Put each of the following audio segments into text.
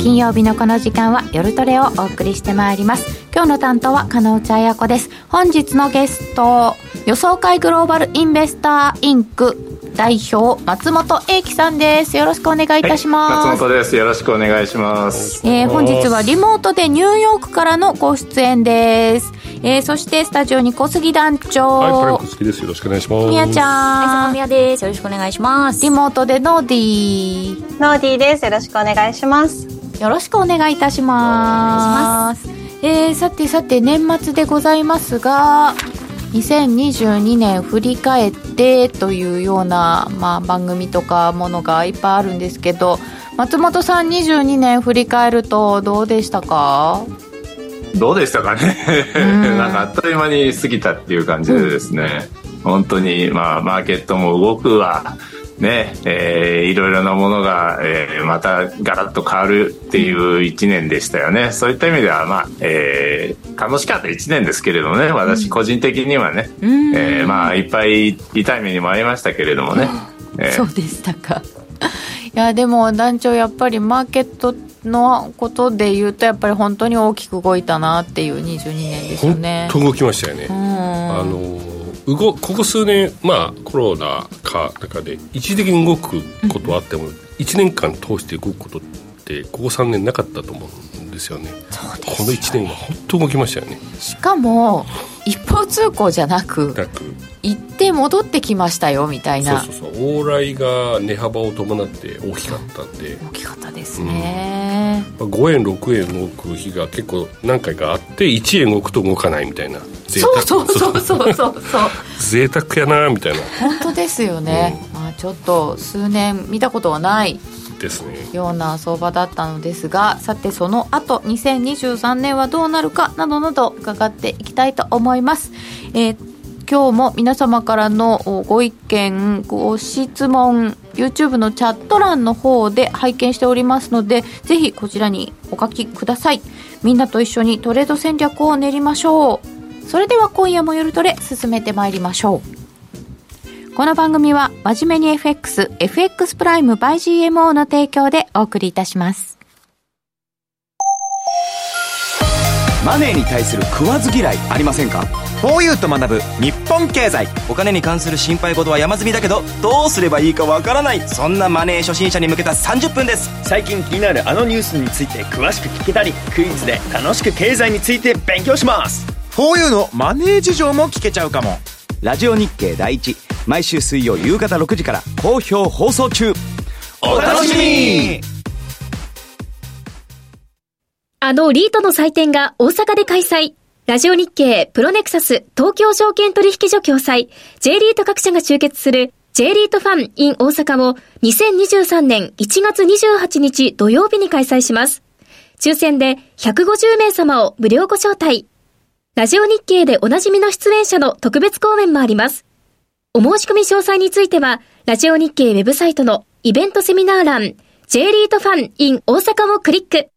金曜日のこの時間は夜トレをお送りしてまいります。今日の担当は金内彩子です。本日のゲスト、予想会グローバルインベスターインク代表松本英樹さんです。よろしくお願いいたします。 松本です。よろしくお願いします。 本日はリモートでニューヨークからのご出演です。そしてスタジオに小杉団長、 はい、これ小杉です。よろしくお願いします。 みやちゃん、 みやです。よろしくお願いします。 リモートでノーディーです。よろしくお願いします。 よろしくお願いいたします。さて年末でございますが、2022年振り返ってというような、番組とかものがいっぱいあるんですけど、松本さん22年振り返るとどうでしたか？ どうでしたかねなんかあっという間に過ぎたっていう感じでですね、本当にマーケットも動くわね、いろいろなものが、またガラッと変わるっていう1年でしたよね。そういった意味では、楽しかった1年ですけれどもね、私個人的にはね、いっぱい痛い目にもありましたけれどもね、 そうでしたか。いやでも団長、やっぱりマーケットのことで言うとやっぱり本当に大きく動いたなっていう22年ですよね。 本当動きましたよね。ここ数年、コロナ禍中で一時的に動くことはあっても、1年間通して動くことってここ3年なかったと思うんですよね。 そうですよ。 この1年は本当動きましたよね。 しかも一方通行じゃなく行って戻ってきましたよみたいな。 そう往来が値幅を伴って大きかったんで。 大きかったですね。 5円6円動く日が結構何回かあって、1円動くと動かないみたいな。 そう贅沢やなみたいな。 本当ですよね。ちょっと数年見たことはないですね、 ような相場だったのですが、さてその後2023年はどうなるかなどなど伺っていきたいと思います。今日も皆様からのご意見ご質問 YouTube のチャット欄の方で拝見しておりますので、ぜひこちらにお書きください。みんなと一緒にトレード戦略を練りましょう。それでは今夜も夜トレ進めてまいりましょう。この番組は真面目に FX プライム by GMO の提供でお送りいたします。 マネーに対する食わず嫌いありませんか？ 4U と学ぶ日本経済。 お金に関する心配事は山積みだけど、どうすればいいかわからない。そんなマネー初心者に向けた30分です。 最近気になるあのニュースについて詳しく聞けたり、クイズで楽しく経済について勉強します。 4U のマネー事情も聞けちゃうかも。ラジオ日経第一、毎週水曜夕方6時から好評放送中。 お楽しみに。 リートの祭典が大阪で開催。ラジオ日経プロネクサス東京証券取引所共催 J リート各社が集結する J リートファン in 大阪を2023年1月28日土曜日に開催します。抽選で150名様を無料ご招待。ラジオ日経でおなじみの出演者の特別講演もあります。お申し込み詳細についてはラジオ日経ウェブサイトのイベントセミナー欄 J リートファン in 大阪をクリック。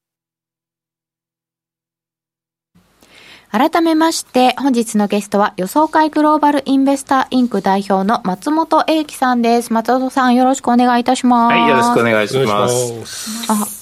改めまして本日のゲストは予想会グローバルインベスターインク代表の松本英樹さんです。松本さん、よろしくお願いいたします。 はい、よろしくお願いします。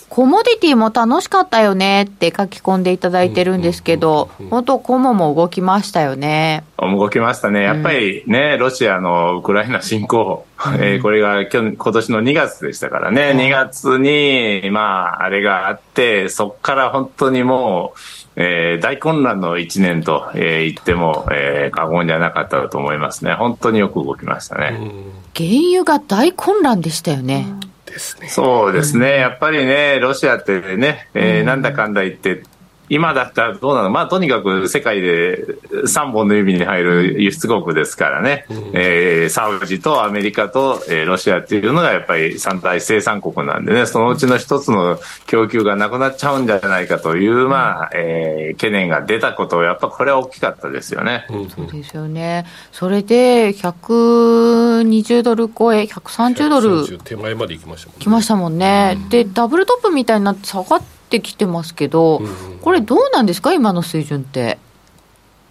コモディティも楽しかったよねって書き込んでいただいてるんですけど、本当コモも動きましたよね。 動きましたね。やっぱりね、ロシアのウクライナ侵攻、これが今年の2月でしたからね、2月にあれがあって、そっから本当にもう、大混乱の1年と、言っても、過言じゃなかったと思いますね。本当によく動きましたね。 原油が大混乱でしたよね。 そうですね、やっぱりね、ロシアってね、なんだかんだ言って今だったらどうなの、とにかく世界で3本の指に入る輸出国ですからね、サウジとアメリカと、ロシアっていうのがやっぱり三大生産国なんでね、そのうちの一つの供給がなくなっちゃうんじゃないかという、懸念が出たことをやっぱこれは大きかったですよね。 そうですよね。それで120ドル超え130ドル手前まで行きましたもんね。 来ましたもんね。でダブルトップみたいになって下がってきてますけど、これどうなんですか今の水準って。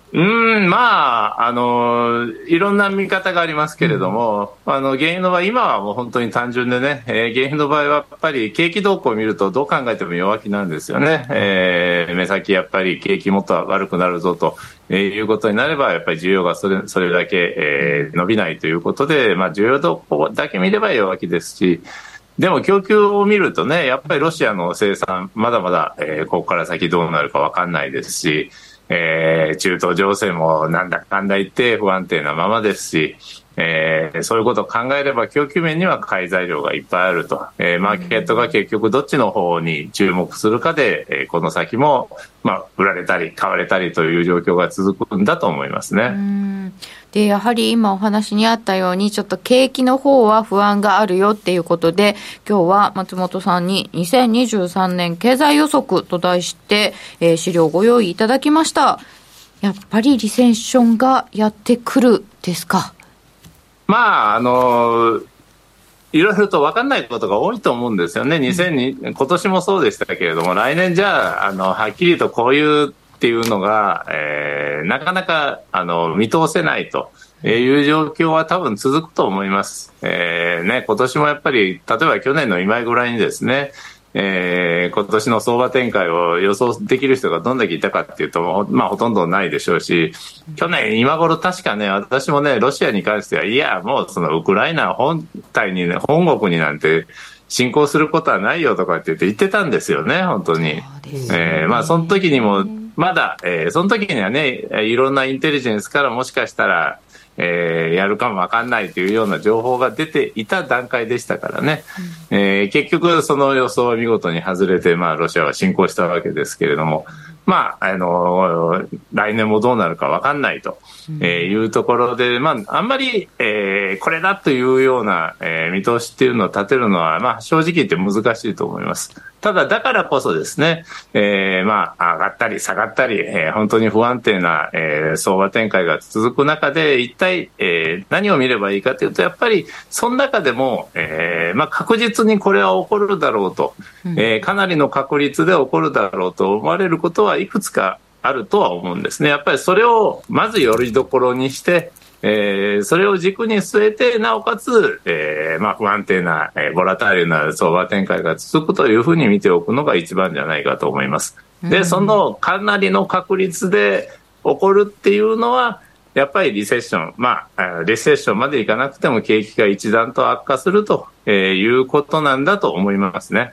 まあ、いろんな見方がありますけれども、原油の場合、今はもう本当に単純でね、原油の場合はやっぱり景気動向を見るとどう考えても弱気なんですよね。目先やっぱり景気もっと悪くなるぞということになれば、やっぱり需要がそれだけ、伸びないということで、まあ、需要動向だけ見れば弱気ですし、でも供給を見るとね、やっぱりロシアの生産、まだまだ、ここから先どうなるか分かんないですし、中東情勢もなんだかんだ言って不安定なままですし、そういうことを考えれば供給面には買い材料がいっぱいあると、マーケットが結局どっちの方に注目するかで、この先も、まあ、売られたり買われたりという状況が続くんだと思いますね。 でやはり今お話にあったようにちょっと景気の方は不安があるよっていうことで、今日は松本さんに2023年経済予測と題して、資料をご用意いただきました。やっぱりリセッションがやってくるですか？ まあいろいろと分かんないことが多いと思うんですよね。今年もそうでしたけれども、来年じゃあはっきりとこういうっていうのが、なかなか見通せないという状況は多分続くと思います。今年もやっぱり例えば去年の今ぐらいにですね、今年の相場展開を予想できる人がどんだけいたかっていうと、まあほとんどないでしょうし、去年今頃確かね、私もね、ロシアに関しては、いやもうそのウクライナ本体にね、本国になんて侵攻することはないよとかって言ってたんですよね、本当に。まあその時にもまだ、その時にはね、いろんなインテリジェンスからもしかしたら、やるかもわかんないというような情報が出ていた段階でしたからね、結局その予想は見事に外れて、まあ、ロシアは侵攻したわけですけれども、まあ、来年もどうなるかわかんないというところで、まあ、あんまり、これだというような、見通しっていうのを立てるのは、まあ、正直言って難しいと思います。ただ、だからこそですね、まあ、上がったり下がったり、本当に不安定な、相場展開が続く中で、一体、何を見ればいいかというと、やっぱり、その中でも、まあ、確実にこれは起こるだろうと、かなりの確率で起こるだろうと思われることはいくつかあるとは思うんですね。やっぱりそれをまずよりどころにして、それを軸に据えて、なおかつ、まあ不安定な、ボラタイルな相場展開が続くというふうに見ておくのが一番じゃないかと思います。で、そのかなりの確率で起こるっていうのは、やっぱりリセッション、まあ、リセッションまでいかなくても景気が一段と悪化するということなんだと思いますね。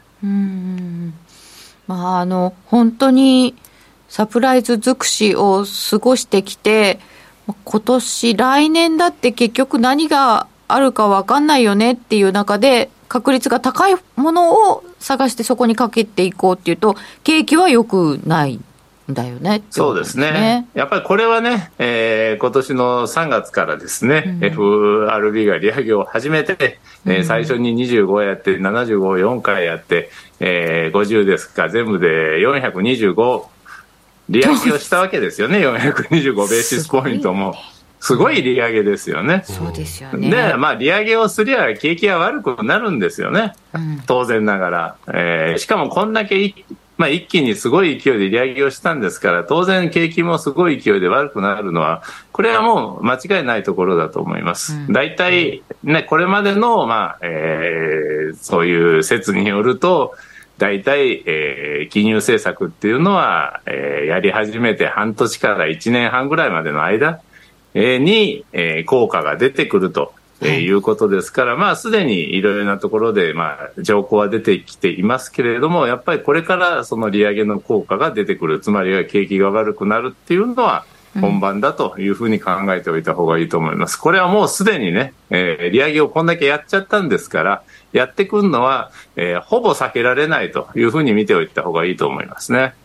まあ、本当にサプライズ尽くしを過ごしてきて、今年来年だって結局何があるか分かんないよねっていう中で確率が高いものを探してそこにかけていこうっていうと景気は良くないんだよね。 そうですね。やっぱりこれはね、今年の3月からですね、FRB が利上げを始めて、最初に25やって75を4回やって、50ですか、全部で425利上げをしたわけですよね。425ベーシスポイントもすごい利上げですよね。 そうですよね。 で、まあ利上げをすりゃ景気が悪くなるんですよね。当然ながら、しかもこんだけまあ、一気にすごい勢いで利上げをしたんですから、当然景気もすごい勢いで悪くなるのは、これはもう間違いないところだと思います。大体ね、これまでの、まあそういう説によると、大体、金融政策っていうのは、やり始めて半年から1年半ぐらいまでの間、に、効果が出てくるということですから、まあすでにいろいろなところで、まあ条項は出てきていますけれども、やっぱりこれからその利上げの効果が出てくる、つまりは景気が悪くなるっていうのは本番だというふうに考えておいた方がいいと思います。これはもうすでにね、利上げをこんだけやっちゃったんですから、やってくるのは、ほぼ避けられないというふうに見ておいた方がいいと思いますね。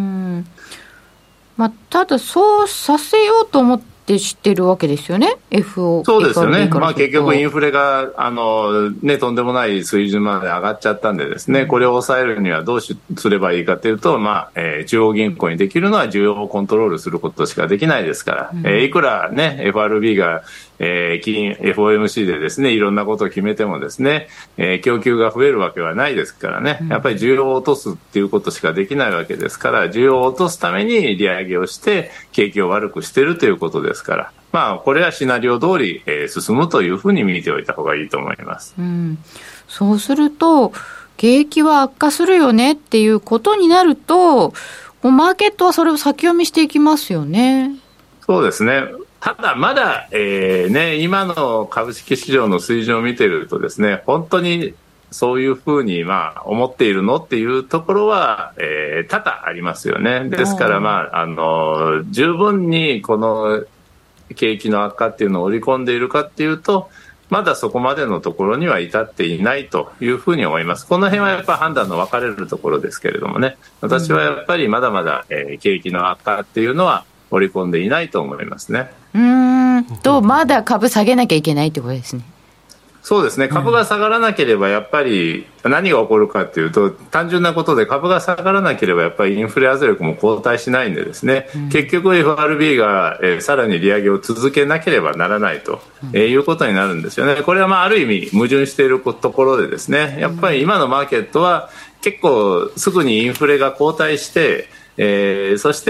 まあ、ただそうさせようと思って知ってるわけですよね、 そうですよね。まあ、結局インフレがね、とんでもない水準まで上がっちゃったんでですね、これを抑えるにはどうすればいいかというと、まあ中央銀行にできるのは需要をコントロールすることしかできないですから、いくらね FRB が FOMC でですね、いろんなことを決めてもですね、供給が増えるわけはないですからね、やっぱり需要を落とすっていうことしかできないわけですから、需要を落とすために利上げをして景気を悪くしているということですから、まあ、これはシナリオ通り、進むというふうに見ておいた方がいいと思います。 そうすると景気は悪化するよねっていうことになると、マーケットはそれを先読みしていきますよね。 そうですね。ただまだ、今の株式市場の水準を見ているとですね、本当にそういうふうに思っているのっていうところは、多々ありますよね。ですから、十分にこの景気の悪化っていうのを織り込んでいるかっていうと、まだそこまでのところには至っていないというふうに思います。この辺はやっぱり判断の分かれるところですけれどもね、私はやっぱりまだまだ、景気の悪化っていうのは織り込んでいないと思いますね。 まだ株下げなきゃいけないってことですね。 そうですね。株が下がらなければやっぱり何が起こるかというと、単純なことで株が下がらなければやっぱりインフレ圧力も後退しないんでですね、結局 FRB が、さらに利上げを続けなければならないと、いうことになるんですよね。これはある意味矛盾しているところでですね、やっぱり今のマーケットは結構すぐにインフレが後退して、そして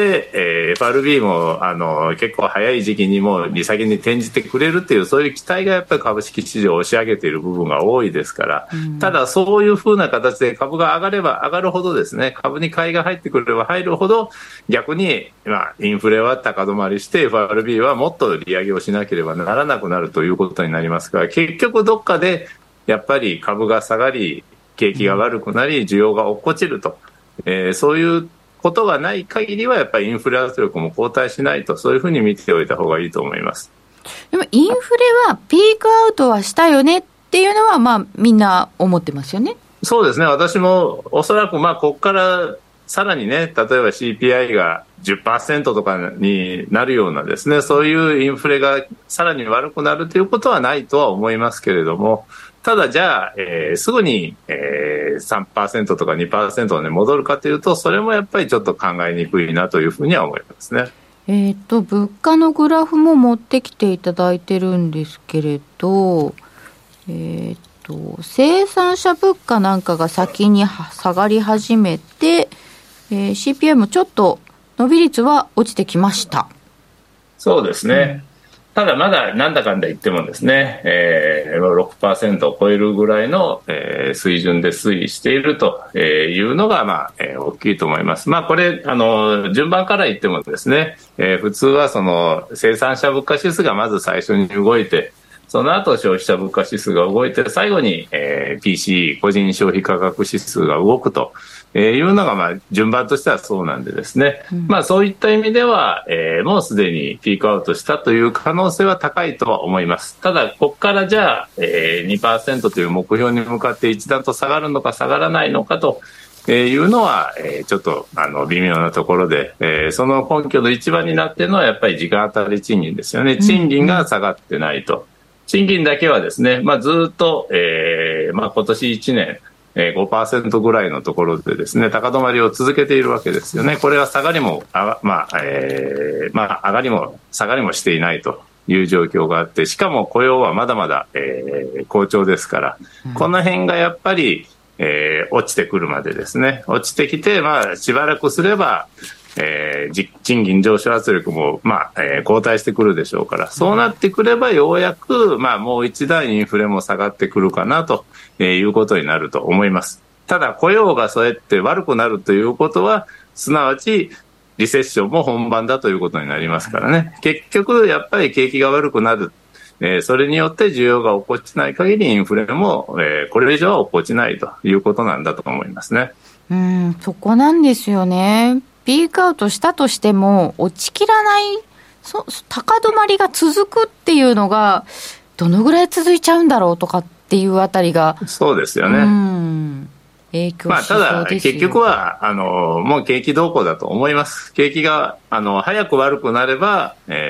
、FRB も結構早い時期にも利下げに転じてくれるという、そういう期待がやっぱり株式市場を押し上げている部分が多いですから、ただそういうふうな形で株が上がれば上がるほどですね、株に買いが入ってくれば入るほど逆に、インフレは高止まりして FRB はもっと利上げをしなければならなくなるということになりますから、結局どっかでやっぱり株が下がり景気が悪くなり需要が落っこちると、そういうことがない限りはやっぱりインフレ圧力も後退しないと、そういうふうに見ておいた方がいいと思います。 でもインフレはピークアウトはしたよねっていうのはみんな思ってますよね。 そうですね。私もおそらくここからさらにね、例えば CPI が 10% とかになるようなですね、そういうインフレがさらに悪くなるということはないとは思いますけれども、ただじゃあ、すぐに、3% とか 2% に戻るかというと、それもやっぱりちょっと考えにくいなというふうには思いますね。 物価のグラフも持ってきていただいてるんですけれど、生産者物価なんかが先に下がり始めて、CPI もちょっと伸び率は落ちてきました。 そうですね。ただまだなんだかんだ言ってもですね、6% を超えるぐらいの、水準で推移しているというのが、大きいと思います。これ順番から言ってもですね、普通はその生産者物価指数がまず最初に動いて、その後消費者物価指数が動いて、最後に、PCE 個人消費価格指数が動くというのが順番としてはそうなんでですね、そういった意味では、もうすでにピークアウトしたという可能性は高いとは思います。ただここからじゃあ、2% という目標に向かって一段と下がるのか下がらないのかというのは、ちょっと微妙なところで、その根拠の一番になっているのはやっぱり時間当たり賃金ですよね。賃金が下がってないと。賃金だけはですね、ずっと、今年1年、5% ぐらいのところでですね、高止まりを続けているわけですよね。これは下がりも上がりも下がりもしていないという状況があって、しかも雇用はまだまだ、好調ですから、この辺がやっぱり、落ちてくるまでですね、落ちてきて、しばらくすれば、賃金上昇圧力も、後退してくるでしょうから、そうなってくればようやく、もう一段インフレも下がってくるかなということになると思います。ただ雇用がそうやって悪くなるということは、すなわちリセッションも本番だということになりますからね。結局やっぱり景気が悪くなる、それによって需要が落っこちない限りインフレも、これ以上は落っこちないということなんだと思いますね。 そこなんですよね。ピークアウトしたとしても落ちきらない、高止まりが続くっていうのがどのぐらい続いちゃうんだろうとかっていうあたりが、 そうですよね。 影響しそうですよ。 ただ結局はもう景気動向だと思います。景気が早く悪くなれば、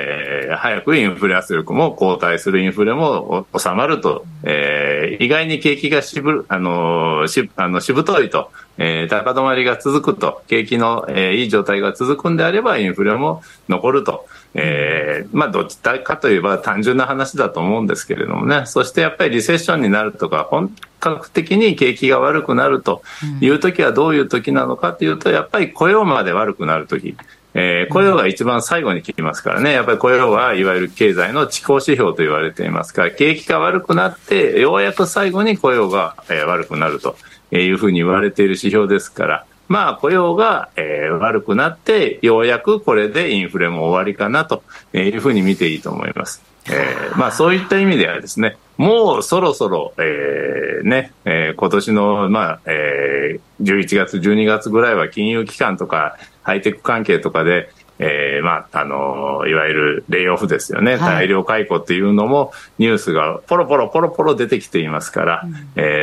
早くインフレ圧力も後退するインフレも収まると、意外に景気がしぶといと、高止まりが続くと、景気の、いい状態が続くんであればインフレも残ると、どっちかといえば単純な話だと思うんですけれどもね。そしてやっぱりリセッションになるとか本格的に景気が悪くなるという時はどういう時なのかというと、やっぱり雇用まで悪くなる時、雇用が一番最後に効きますからね。やっぱり雇用はいわゆる経済の遅行指標と言われていますから、景気が悪くなってようやく最後に雇用が、悪くなるというふうに言われている指標ですから、雇用が、悪くなってようやくこれでインフレも終わりかなというふうに見ていいと思います。そういった意味ではですね、もうそろそろ、今年の、11月12月ぐらいは金融機関とかハイテク関係とかで、いわゆるレイオフですよね、大量解雇っていうのもニュースがポロポロ出てきていますから、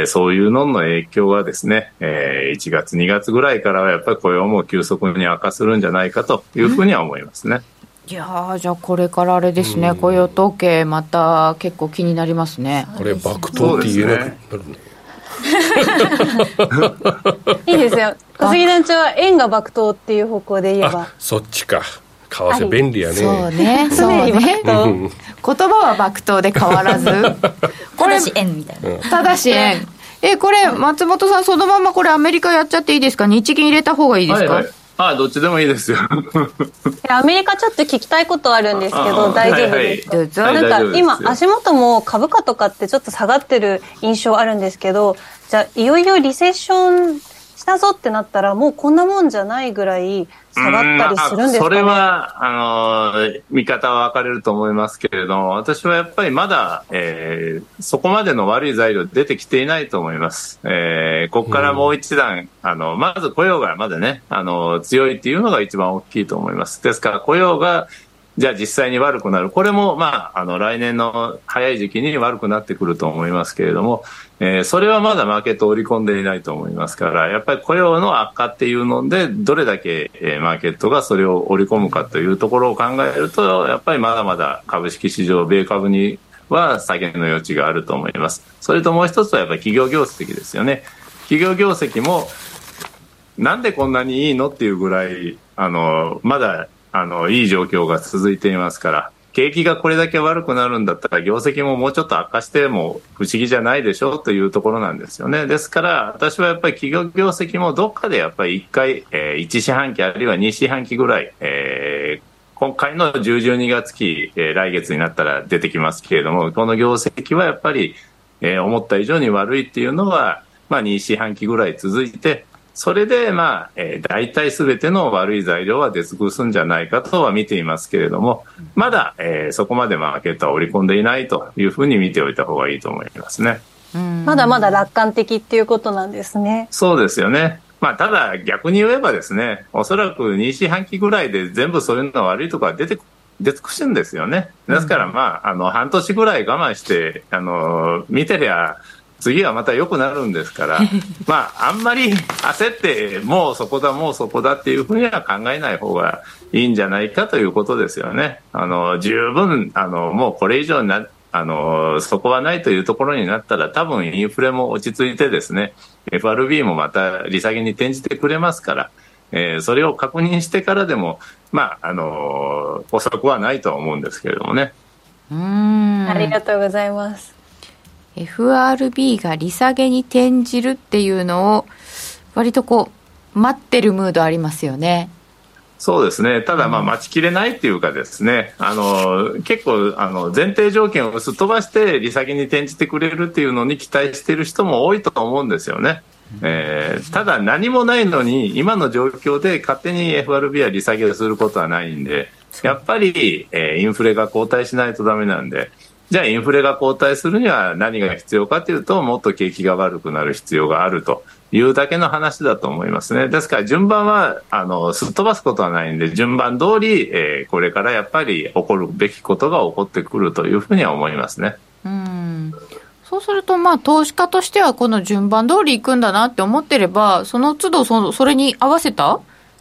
そういうのの影響はですね、1月2月ぐらいからはやっぱり雇用も急速に悪化するんじゃないかというふうには思いますね。 いやじゃあこれからあれですね、雇用統計また結構気になりますね。 これ爆投って言えなくなるね。 いいですよ。小杉団長は円が爆投っていう方向で言えば、 そっちか。為替便利やね。 そうね、そうね。言葉は爆投で変わらずこれただし円みたいな、 ただし円。これ松本さんそのままこれアメリカやっちゃっていいですか？日銀入れた方がいいですか？ どっちでもいいですよ。 アメリカちょっと聞きたいことあるんですけど、大丈夫ですか？なんか今足元も株価とかってちょっと下がってる印象あるんですけど、じゃあいよいよリセッションしたぞってなったらもうこんなもんじゃないぐらい下がったりするんですかね？ それは見方は分かれると思いますけれども、私はやっぱりまだ、そこまでの悪い材料出てきていないと思います。ここからもう一段まず雇用がまだね強いっていうのが一番大きいと思います。ですから雇用がじゃあ実際に悪くなる、これも来年の早い時期に悪くなってくると思いますけれども、それはまだマーケットを織り込んでいないと思いますから、やっぱり雇用の悪化っていうのでどれだけマーケットがそれを織り込むかというところを考えると、やっぱりまだまだ株式市場米株には下げの余地があると思います。それともう一つはやっぱり企業業績ですよね。企業業績もなんでこんなにいいのっていうぐらいまだいい状況が続いていますから、景気がこれだけ悪くなるんだったら業績ももうちょっと悪化しても不思議じゃないでしょうというところなんですよね。ですから私はやっぱり企業業績もどっかでやっぱり1回、1四半期あるいは2四半期ぐらい、今回の10、12月期、来月になったら出てきますけれども、この業績はやっぱり、思った以上に悪いっていうのは、2四半期ぐらい続いて、それで大体すべての悪い材料は出尽くすんじゃないかとは見ていますけれども、まだ、そこまでマーケットは織り込んでいないというふうに見ておいた方がいいと思いますね。 まだまだ楽観的っていうことなんですね。 そうですよね。ただ逆に言えばですね、おそらく2四半期ぐらいで全部そういうの悪いところは出尽くすんですよね。ですから半年ぐらい我慢して見てりゃ次はまた良くなるんですからあんまり焦ってもうそこだっていうふうには考えない方がいいんじゃないかということですよね。十分もうこれ以上そこはないというところになったら、多分インフレも落ち着いてですね、 FRB もまた利下げに転じてくれますから、それを確認してからでも遅くはないとは思うんですけれどもね。 ありがとうございます。 FRB が利下げに転じるっていうのを割と待ってるムードありますよね。 そうですね。ただ待ちきれないっていうかですね、結構前提条件をすっ飛ばして利下げに転じてくれるっていうのに期待している人も多いと思うんですよね。ただ何もないのに今の状況で勝手に FRB は利下げをすることはないんで、やっぱり、インフレが後退しないとダメなんで、じゃあインフレが後退するには何が必要かというと、もっと景気が悪くなる必要があるというだけの話だと思いますね。ですから順番はすっ飛ばすことはないんで、順番通り、これからやっぱり起こるべきことが起こってくるというふうには思いますね。 そうすると投資家としてはこの順番通りいくんだなって思ってれば、その都度それに合わせた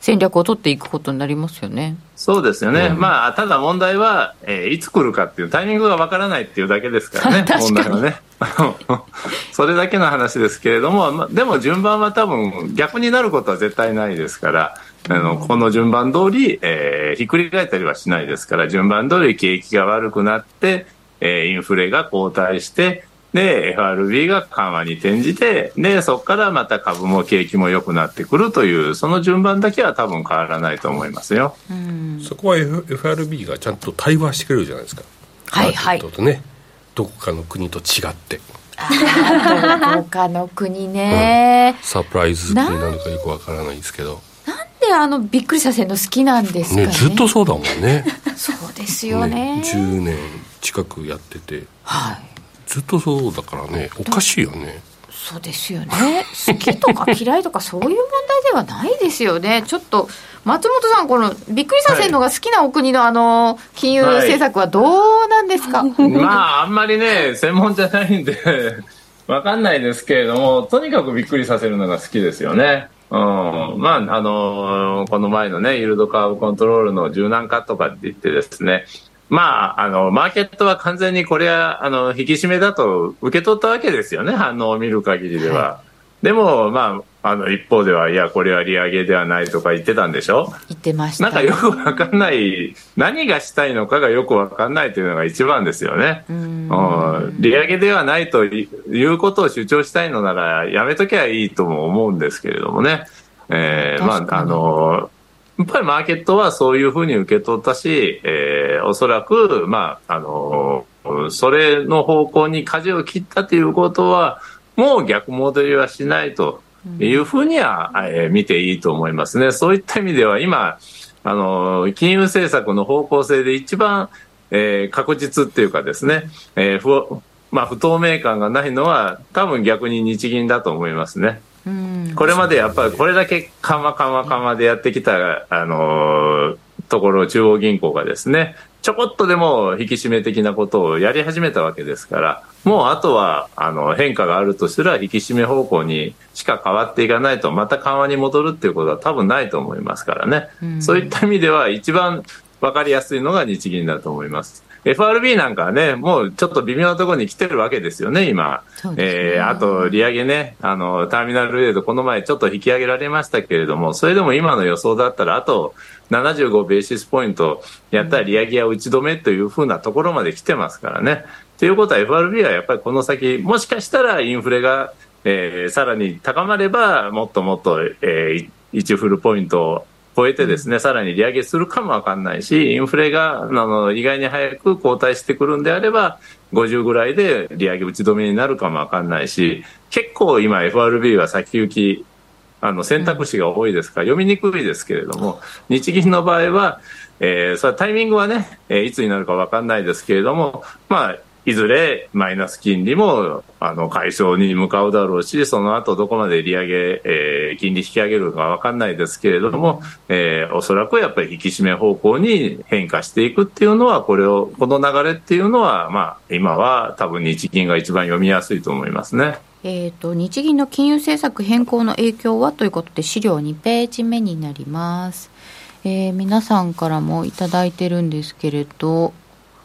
戦略を取っていくことになりますよね。 そうですよね、まあ、ただ問題は、いつ来るかっていうタイミングがわからないっていうだけですからね問題はねそれだけの話ですけれども、でも順番は多分逆になることは絶対ないですから、この順番通り、ひっくり返ったりはしないですから、順番通り景気が悪くなって、インフレが後退して、で FRB が緩和に転じて、でそこからまた株も景気も良くなってくるという、その順番だけは多分変わらないと思いますよ。 そこは、FRB がちゃんと対話してくれるじゃないですか。 はいはい、 ね、どこかの国と違ってどこかの国ね、 サプライズ国なのかよくわからないですけど、 なんでびっくりさせるの好きなんですか ね。 ずっとそうだもんねそうですよ ね 10年近くやってて、 はい、 ずっとそうだからね、おかしいよね。 そうですよね、好きとか嫌いとかそういう問題ではないですよね。ちょっと松本さん、このびっくりさせるのが好きなお国の金融政策はどうなんですか。 まああんまりね専門じゃないんでわかんないですけれども、とにかくびっくりさせるのが好きですよね。まあこの前のねイールドカーブコントロールの柔軟化とかって言ってですね、まあマーケットは完全にこれは引き締めだと受け取ったわけですよね、反応を見る限りでは。でもまあ一方ではいやこれは利上げではないとか言ってたんでしょ。 言ってました。 なんかよくわかんない、何がしたいのかがよくわかんないというのが一番ですよね。利上げではないということを主張したいのならやめときゃいいとも思うんですけれどもね。まあやっぱりマーケットはそういうふうに受け取ったし、おそらくまあそれの方向に舵を切ったということはもう逆戻りはしないというふうには、見ていいと思いますね。そういった意味では今金融政策の方向性で一番、確実っていうかですね、不透明感がないのは多分逆に日銀だと思いますね。これまでやっぱりこれだけ緩和でやってきたところ、中央銀行がですねちょこっとでも引き締め的なことをやり始めたわけですから、もうあとは変化があるとしたら引き締め方向にしか変わっていかないと、また緩和に戻るっていうことは多分ないと思いますからね。そういった意味では一番分かりやすいのが日銀だと思います。FRB なんかはねもうちょっと微妙なところに来てるわけですよね今。あと利上げね、ターミナルレートこの前ちょっと引き上げられましたけれども、それでも今の予想だったらあと75ベーシスポイントやったら利上げは打ち止めというふうなところまで来てますからね。ということは FRB はやっぱりこの先もしかしたらインフレが、さらに高まればもっともっと、1フルポイントを超えてですね、さらに利上げするかもわかんないし、インフレが意外に早く後退してくるんであれば50ぐらいで利上げ打ち止めになるかもわかんないし、結構今 FRB は先行き選択肢が多いですから読みにくいですけれども、日銀の場合は、それはタイミングはね、いつになるかわかんないですけれども、まあいずれマイナス金利も解消に向かうだろうし、その後どこまで利上げ、金利引き上げるか分かんないですけれども、おそらくやっぱり引き締め方向に変化していくっていうのはこの流れっていうのは、まあ、今は多分日銀が一番読みやすいと思いますね。 日銀の金融政策変更の影響はということで資料2ページ目になります。皆さんからもいただいてるんですけれど、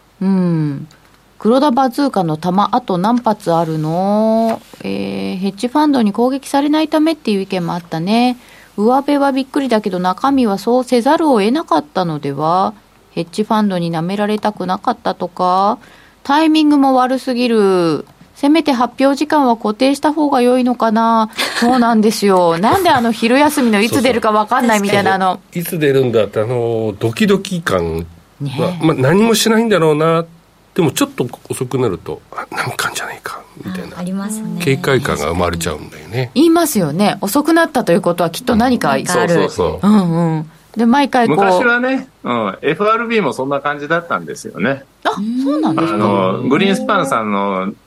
黒田バズーカの弾あと何発あるの、ヘッジファンドに攻撃されないためっていう意見もあったね。上辺はびっくりだけど中身はそうせざるを得なかったのでは。ヘッジファンドに舐められたくなかったとか、タイミングも悪すぎる、せめて発表時間は固定した方が良いのかな。そうなんですよ。なんで昼休みのいつ出るか分かんないみたいないつ出るんだってドキドキ感、何もしないんだろうな、でもちょっと遅くなると何かんじゃないかみたいな、 ありますね、 警戒感が生まれちゃうんだよね。 言いますよね。遅くなったということはきっと何かある、 そう、 で毎回昔はね、FRB もそんな感じだったんですよね。 そうなんですか。 グリーンスパンさんの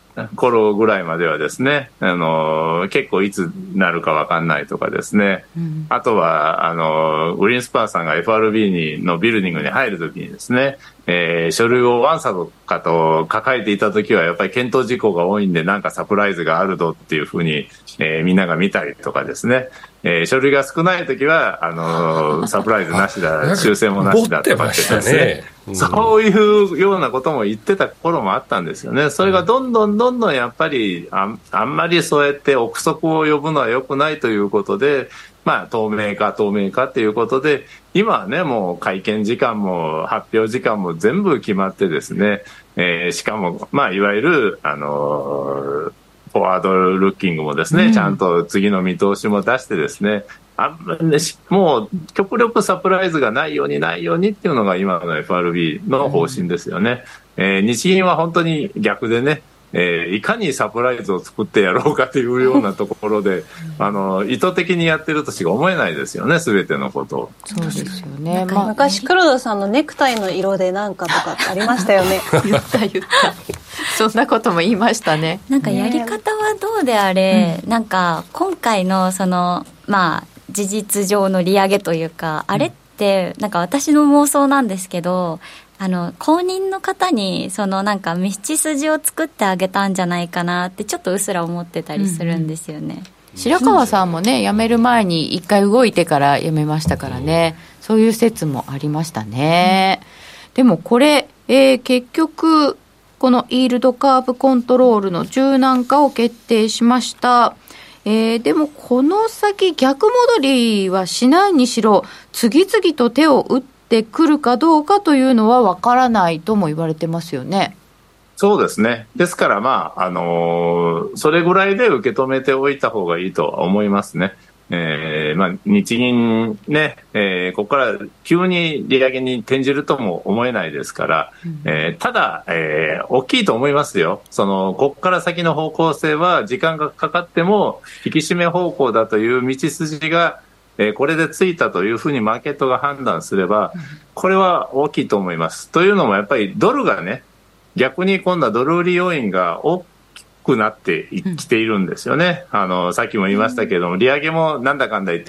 頃ぐらいまではですね、結構いつなるか分かんないとかですね、あとはグリーンスパンさんが FRB のビルディングに入るときにですね、書類をわんさかと抱えていたときはやっぱり検討事項が多いんでなんかサプライズがあるぞっていうふうに、みんなが見たりとかですね、書類が少ないときはサプライズなしだ修正もなしだとかってですね、そういうようなことも言ってた頃もあったんですよね。それがどんどんやっぱりあんまりそうやって憶測を呼ぶのは良くないということで、透明化ということで今はね、もう会見時間も発表時間も全部決まってですね、しかもいわゆるフォワードルッキングもですね、ちゃんと次の見通しも出してですね、もう極力サプライズがないようにっていうのが今の FRB の方針ですよね。日銀は本当に逆でね、いかにサプライズを作ってやろうかというようなところで意図的にやってるとしか思えないですよね、全てのことを。 そうですよね。 昔黒田さんのネクタイの色でなんかとかありましたよね。 言ったそんなことも言いましたね。 なんかやり方はどうであれ、なんか今回のその事実上の利上げというか、あれってなんか私の妄想なんですけど、後任の方にそのなんか道筋を作ってあげたんじゃないかなってちょっとうすら思ってたりするんですよね。 白川さんもね、辞める前に一回動いてから辞めましたからね、そういう説もありましたね。でもこれ、結局このイールドカーブコントロールの柔軟化を決定しました。でもこの先逆戻りはしないにしろ、次々と手を打ってくるかどうかというのは分からないとも言われてますよね。 そうですね。ですからそれぐらいで受け止めておいた方がいいとは思いますね。日銀ね、ここから急に利上げに転じるとも思えないですから、ただ、大きいと思いますよ。ここから先の方向性は時間がかかっても引き締め方向だという道筋がこれでついたというふうにマーケットが判断すれば、これは大きいと思います。というのもやっぱりドルがね、逆に今度はドル売り要因が大きくなってきているんですよね。さっきも言いましたけれども、利上げもなんだかんだ言って、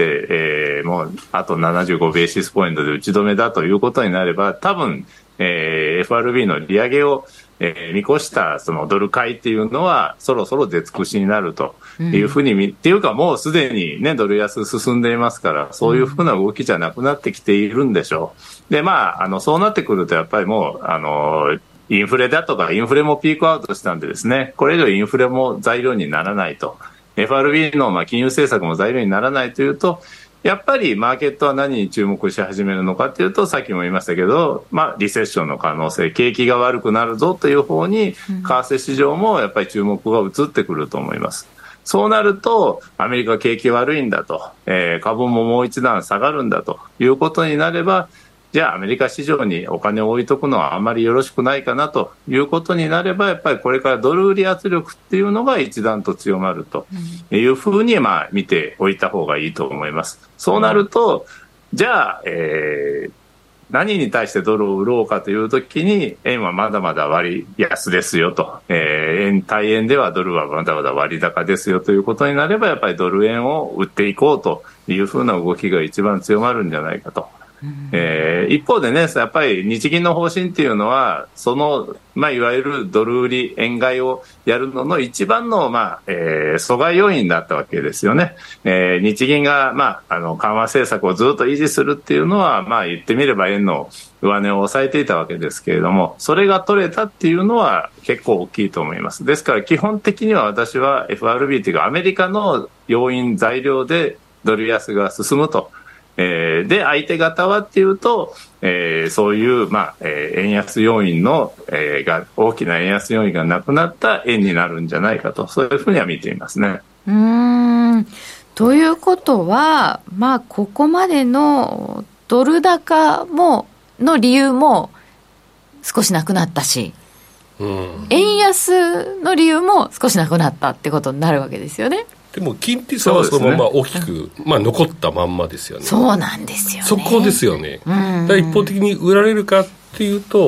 もうあと75ベーシスポイントで打ち止めだということになれば、多分、FRB の利上げを見越したそのドル買いっていうのはそろそろ出尽くしになるというふうにっていうか、もうすでにね、ドル安進んでいますから、そういうふうな動きじゃなくなってきているんでしょう。で、そうなってくるとやっぱりもうインフレだとか、インフレもピークアウトしたんでですね、これ以上インフレも材料にならないと、 FRB の金融政策も材料にならないというと、やっぱりマーケットは何に注目し始めるのかというと、さっきも言いましたけど、リセッションの可能性、景気が悪くなるぞという方に為替市場もやっぱり注目が移ってくると思います。そうなるとアメリカ景気悪いんだと、株ももう一段下がるんだということになれば、じゃあアメリカ市場にお金を置いとくのはあまりよろしくないかなということになれば、やっぱりこれからドル売り圧力っていうのが一段と強まるというふうに見ておいた方がいいと思います。そうなると、じゃあ、何に対してドルを売ろうかというときに、円はまだまだ割安ですよと、対円ではドルはまだまだ割高ですよということになれば、やっぱりドル円を売っていこうというふうな動きが一番強まるんじゃないかと。一方でね、やっぱり日銀の方針っていうのは、いわゆるドル売り円買いをやるのの一番の、阻害要因だったわけですよね。日銀が、緩和政策をずっと維持するっていうのは、言ってみれば円の上値を抑えていたわけですけれども、それが取れたっていうのは結構大きいと思います。ですから基本的には私は FRB っていうかアメリカの要因材料でドル安が進むと。で相手方はっていうと、そういう、円安要因の、大きな円安要因がなくなった円になるんじゃないかと、そういうふうには見ていますね。 ということは、ここまでのドル高の理由も少しなくなったし、円安の理由も少しなくなったってことになるわけですよね。 でも金利差はそのまま大きく、残ったまんまですよね。 そうなんですよね。 そこですよね。だから一方的に売られるかっていうと、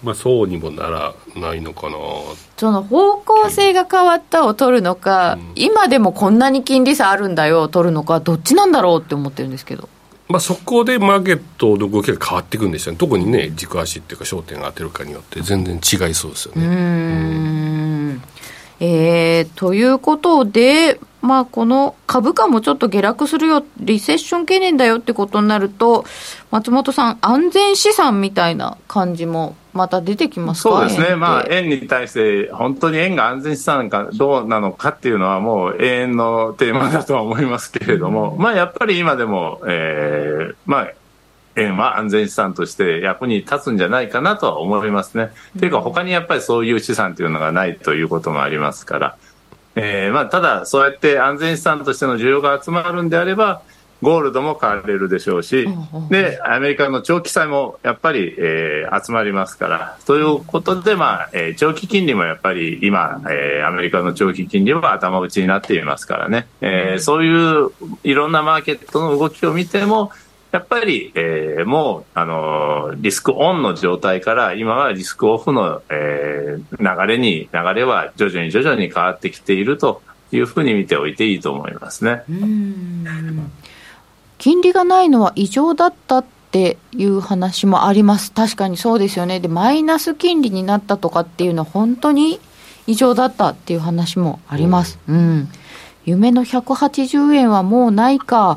そうにもならないのかな。 その方向性が変わったを取るのか、今でもこんなに金利差あるんだよを取るのか、どっちなんだろうって思ってるんですけど、 そこでマーケットの動きが変わっていくんですよね。特にね、軸足っていうか焦点が当てるかによって全然違いそうですよね。 ということで、この株価もちょっと下落するよ、リセッション懸念だよってことになると、松本さん、安全資産みたいな感じもまた出てきますか？ そうですね、円に対して本当に円が安全資産かどうなのかっていうのはもう永遠のテーマだとは思いますけれども、やっぱり今でも、円は安全資産として役に立つんじゃないかなとは思いますね。というか他にやっぱりそういう資産というのがないということもありますから、ただそうやって安全資産としての需要が集まるんであればゴールドも買われるでしょうし、でアメリカの長期債もやっぱり、集まりますから、ということで、長期金利もやっぱり今、アメリカの長期金利は頭打ちになっていますからね、そういういろんなマーケットの動きを見てもやっぱり、もうリスクオンの状態から今はリスクオフの、流れは徐々に変わってきているというふうに見ておいていいと思いますね。 金利がないのは異常だったっていう話もあります。確かにそうですよね。でマイナス金利になったとかっていうのは本当に異常だったっていう話もあります。夢の180円はもうないか。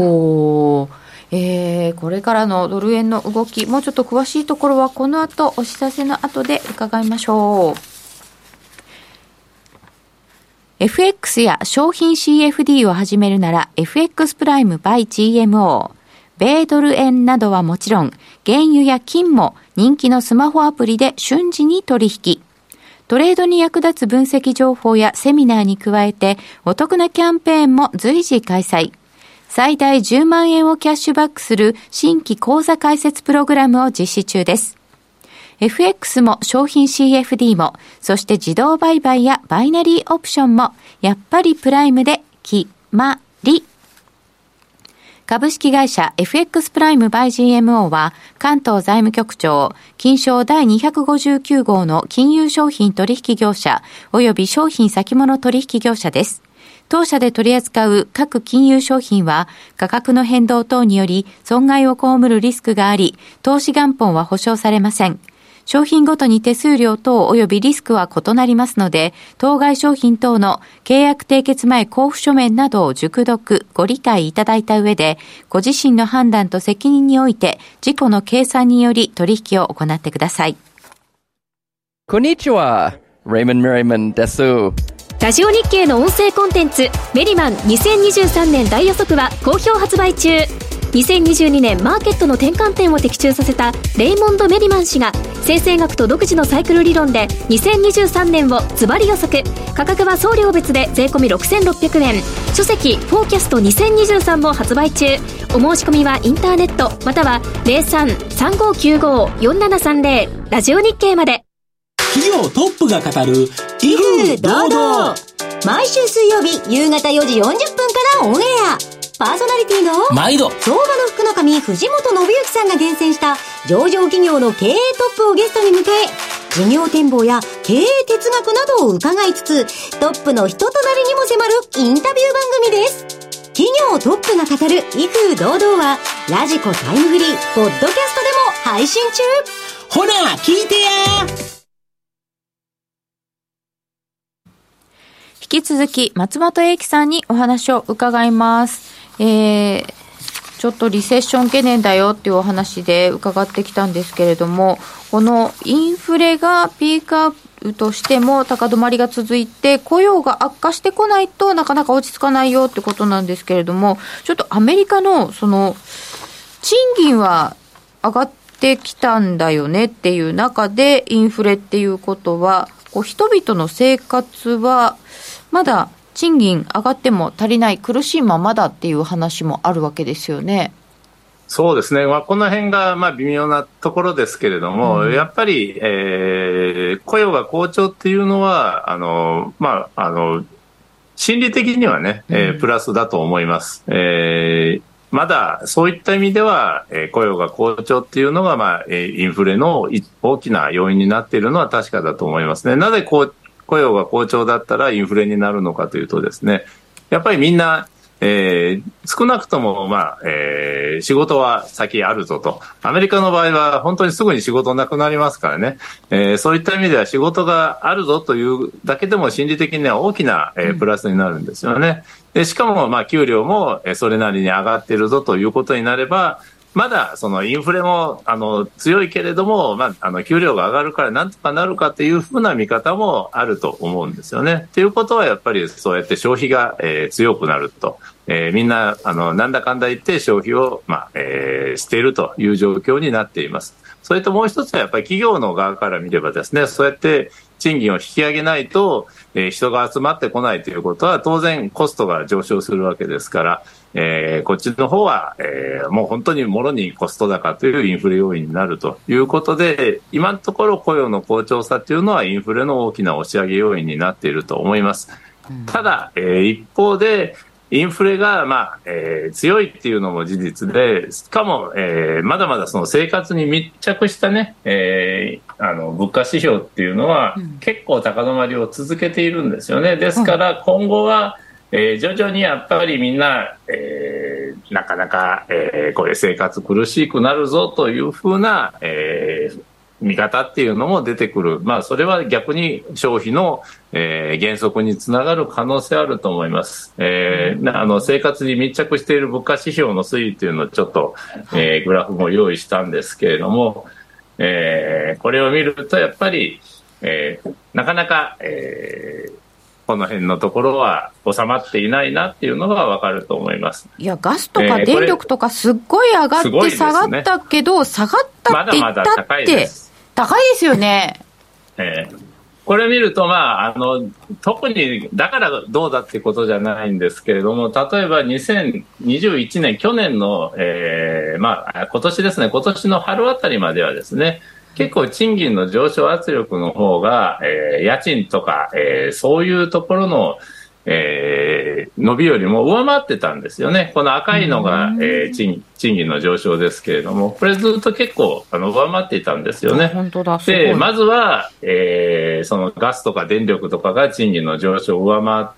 これからのドル円の動き、もうちょっと詳しいところはこの後お知らせの後で伺いましょう。FX や商品 CFD を始めるなら FX プライム by GMO、 米ドル円などはもちろん原油や金も人気のスマホアプリで瞬時に取引、トレードに役立つ分析情報やセミナーに加えてお得なキャンペーンも随時開催。最大10万円をキャッシュバックする新規口座開設プログラムを実施中です。FX も商品 CFD も、そして自動売買やバイナリーオプションも、やっぱりプライムで決まり。株式会社 FX プライム by GMO は、関東財務局長、金商第259号の金融商品取引業者、及び商品先物取引業者です。当社で取り扱う各金融商品は価格の変動等により損害を被るリスクがあり、投資元本は保証されません。商品ごとに手数料等及びリスクは異なりますので、当該商品等の契約締結前交付書面などを熟読、ご理解いただいた上で、ご自身の判断と責任において自己の計算により取引を行ってください。 こんにちは、レイモン・メリマンです。 ラジオ日経の音声コンテンツメリマン2023年大予測は好評発売中。2022年マーケットの転換点を的中させたレイモンド・メリマン氏が生成学と独自のサイクル理論で2023年をズバリ予測。価格は送料別で税込み6600円。書籍フォーキャスト2023も発売中。お申し込みはインターネットまたは 03-3595-4730 ラジオ日経まで。 企業トップが語る威風堂々、 毎週水曜日夕方4時40分からオンエア。パーソナリティの毎度相場の福の神藤本信之さんが厳選した上場企業の経営トップをゲストに迎え、事業展望や経営哲学などを伺いつつ、トップの人となりにも迫るインタビュー番組です。企業トップが語る威風堂々はラジコタイムフリーポッドキャストでも配信中。 ほら聞いてや。 引き続き松本英樹さんにお話を伺います。ちょっとリセッション懸念だよっていうお話で伺ってきたんですけれども、このインフレがピークアップとしても高止まりが続いて雇用が悪化してこないとなかなか落ち着かないよってことなんですけれども、ちょっとアメリカのその賃金は上がってきたんだよねっていう中でインフレっていうことは、こう人々の生活はまだ賃金上がっても足りない、苦しいままだっていう話もあるわけですよね。 そうですね、この辺が微妙なところですけれども、やっぱり、雇用が好調っていうのは心理的にはね、プラスだと思います。 まだそういった意味では、雇用が好調っていうのが、インフレの大きな要因になっているのは確かだと思いますね。なぜ雇用が好調だったらインフレになるのかというとですね、やっぱりみんな、少なくとも、仕事は先あるぞと。アメリカの場合は本当にすぐに仕事なくなりますからね。そういった意味では仕事があるぞというだけでも心理的には大きな、プラスになるんですよね。でしかも、給料もそれなりに上がっているぞということになれば、まだそのインフレも強いけれども、給料が上がるからなんとかなるかというふうな見方もあると思うんですよね。ということはやっぱりそうやって消費が、強くなると、みんななんだかんだ言って消費を、しているという状況になっています。それともう一つはやっぱり企業の側から見ればですね、そうやって賃金を引き上げないと、人が集まってこないということは当然コストが上昇するわけですから、こっちの方は、もう本当にもろにコスト高というインフレ要因になるということで、今のところ雇用の好調さというのはインフレの大きな押し上げ要因になっていると思います。ただ、一方でインフレが、強いっていうのも事実で、しかも、まだまだその生活に密着したね、物価指標っていうのは結構高止まりを続けているんですよね。ですから今後は、徐々にやっぱりみんな、なかなか、これ生活苦しくなるぞというふうな、見方っていうのも出てくる。それは逆に消費の、減速につながる可能性あると思います。生活に密着している物価指標の推移というのをちょっと、グラフも用意したんですけれども、これを見るとやっぱり、なかなか、この辺のところは収まっていないなっていうのが分かると思います。 いや、ガスとか電力とかすっごい上がって下がったけど、下がったって言ったって、高いですよね。 これを見ると、特にだからどうだってことじゃないんですけれども、例えば2021年、去年の、今年ですね、今年の春あたりまではですね、結構賃金の上昇圧力の方が、家賃とか、そういうところの、伸びよりも上回ってたんですよね。この赤いのが、賃金の上昇ですけれども、これずっと結構上回っていたんですよね。 本当だ。 で、まずは、そのガスとか電力とかが賃金の上昇を上回って、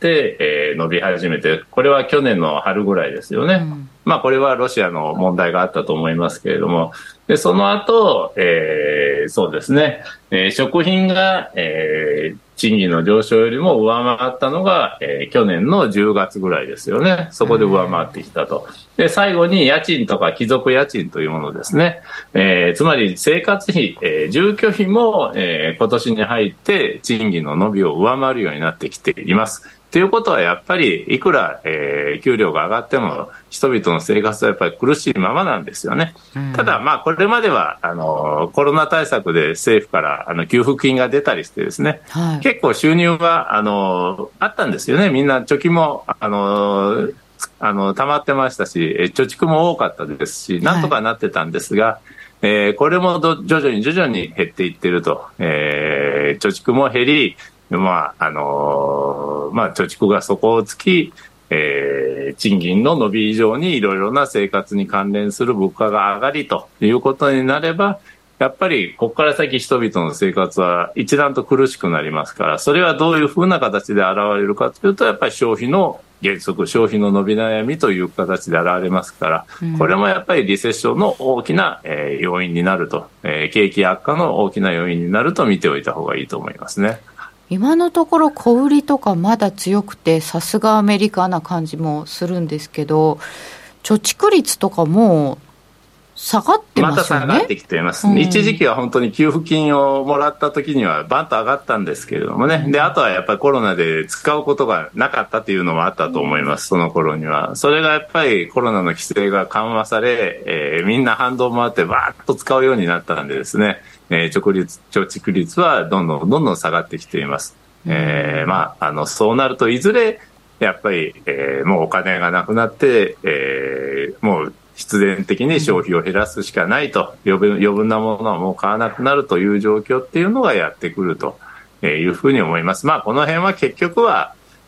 伸び始めて、これは去年の春ぐらいですよね。これはロシアの問題があったと思いますけれども、でその後、そうですね、食品が、賃金の上昇よりも上回ったのが、去年の10月ぐらいですよね。そこで上回ってきたと。で、最後に家賃とか帰属家賃というものですね。つまり生活費、住居費も、今年に入って賃金の伸びを上回るようになってきています。ということはやっぱりいくら、給料が上がっても人々の生活はやっぱり苦しいままなんですよね。ただこれまではコロナ対策で政府から給付金が出たりしてですね、結構収入はあったんですよね。みんな貯金も溜まってましたし、貯蓄も多かったですし、なんとかなってたんですが、これも徐々に減っていってると、貯蓄も減り、貯蓄が底をつき、賃金の伸び以上にいろいろな生活に関連する物価が上がりということになれば、やっぱりここから先人々の生活は一段と苦しくなりますから、それはどういうふうな形で現れるかというと、やっぱり消費の減速、消費の伸び悩みという形で現れますから、これもやっぱりリセッションの大きな、要因になると、景気悪化の大きな要因になると見ておいた方がいいと思いますね。 今のところ小売りとかまだ強くて、さすがアメリカな感じもするんですけど、貯蓄率とかも下がってますよね。 また下がってきています、一時期は本当に給付金をもらった時にはバンと上がったんですけれどもね、であとはやっぱりコロナで使うことがなかったというのもあったと思います。その頃にはそれがやっぱりコロナの規制が緩和され、みんな反動もあってバーッと使うようになったんでですね、貯蓄率はどんどん下がってきています。そうなるといずれやっぱり、もうお金がなくなって、もう必然的に消費を減らすしかないと、余分なものはもう買わなくなるという状況っていうのがやってくるというふうに思います。この辺は結局は、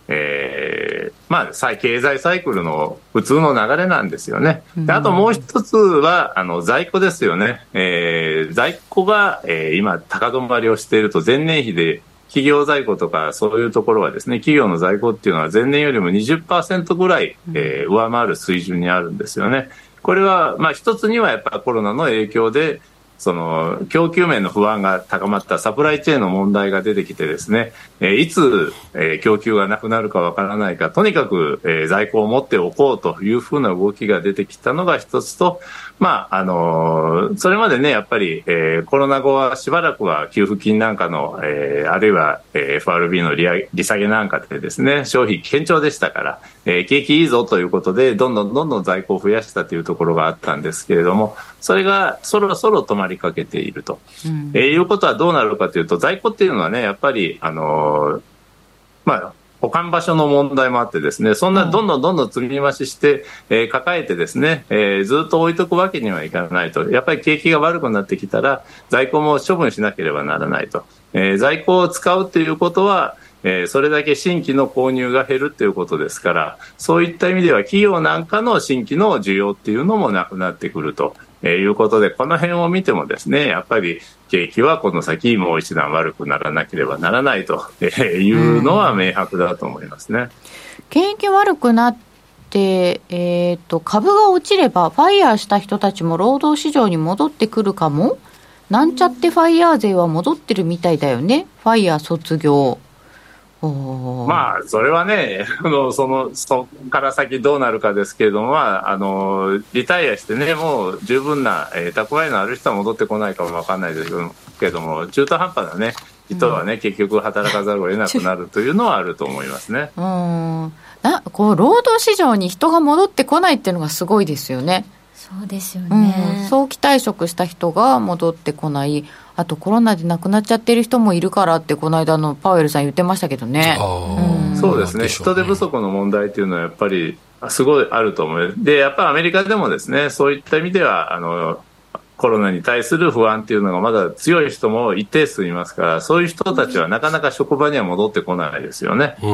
まあ、経済サイクルの普通の流れなんですよね。であともう一つは在庫ですよね。在庫が、今高止まりをしていると、前年比で企業在庫とかそういうところはですね、企業の在庫っていうのは前年よりも 20% ぐらい、上回る水準にあるんですよね。これはまあ一つにはやっぱりコロナの影響でその供給面の不安が高まった、サプライチェーンの問題が出てきてですね、いつ、供給がなくなるかわからないか、とにかく、在庫を持っておこうというふうな動きが出てきたのが一つと、まあそれまでねやっぱり、コロナ後はしばらくは給付金なんかの、あるいは、FRB の利下げなんかでですね消費堅調でしたから、景気いいぞということでどんどん在庫を増やしたというところがあったんですけれども、それがそろそろ止まりかけていると、いうことはどうなるかというと、在庫っていうのはねやっぱりまあ保管場所の問題もあってですね、そんなどんどん積み増しして、抱えてですね、ずっと置いとくわけにはいかないと。やっぱり景気が悪くなってきたら在庫も処分しなければならないと。在庫を使うということはそれだけ新規の購入が減るということですから、そういった意味では企業なんかの新規の需要っていうのもなくなってくるということで、この辺を見てもですねやっぱり景気はこの先もう一段悪くならなければならないというのは明白だと思いますね。 景気悪くなって株が落ちればファイヤーした人たちも労働市場に戻ってくるかも。なんちゃってファイヤー税は戻ってるみたいだよね。ファイヤー卒業。 まあそれはねそっから先どうなるかですけれども、リタイアしてねもう十分な、蓄えのある人は戻ってこないかも分かんないですけども、中途半端なね人はね、結局働かざるを得なくなるというのはあると思いますね。 こう労働市場に人が戻ってこないっていうのがすごいですよね。 そうですよね、 早期退職した人が戻ってこない。あとコロナで亡くなっちゃってる人もいるからってこの間のパウエルさん言ってましたけどね。 そうですね、人手不足の問題というのはやっぱりすごいあると思う。でやっぱりアメリカでもですねそういった意味ではコロナに対する不安っていうのがまだ強い人も一定数いますから、そういう人たちはなかなか職場には戻ってこないですよね。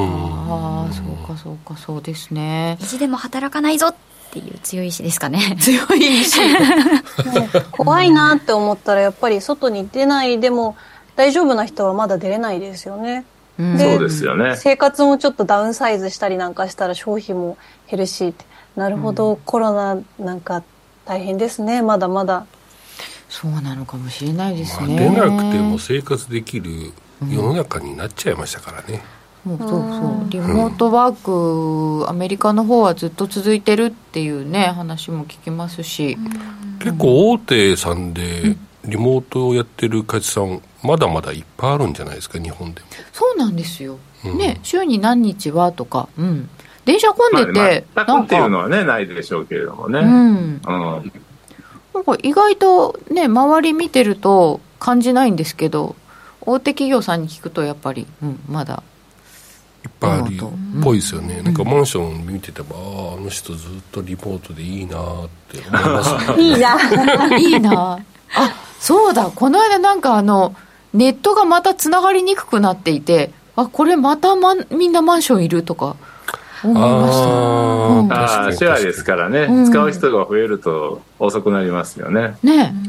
そうですね。 意地でも働かないぞっていう強い意志ですかね。 強い意志怖いなって思ったらやっぱり外に出ないでも大丈夫な人はまだ出れないですよね。 そうですよね。 生活もちょっとダウンサイズしたりなんかしたら消費も減るしって。なるほど、コロナなんか大変ですね。まだまだそうなのかもしれないですね。 出なくても生活できる世の中になっちゃいましたからね。 そうリモートワークアメリカの方はずっと続いてるっていうね話も聞きますし、 結構大手さんでリモートをやってる会社さんまだまだいっぱいあるんじゃないですか、日本でも。 そうなんですよ、ね、週に何日はとか、電車混んでて、 なんかっていうのはねないでしょうけれどもね、 なんか意外とね周り見てると感じないんですけど、大手企業さんに聞くとやっぱり、まだいっぱいあるっぽいですよね。なんかマンション見てても、あの人ずっとリモートでいいなって思いますね。 いいな。 いいな。そうだ、この間なんかネットがまたつながりにくくなっていて、これまたみんなマンションいるとか思いました。 シェアですからね、使う人が増えると遅くなりますよね。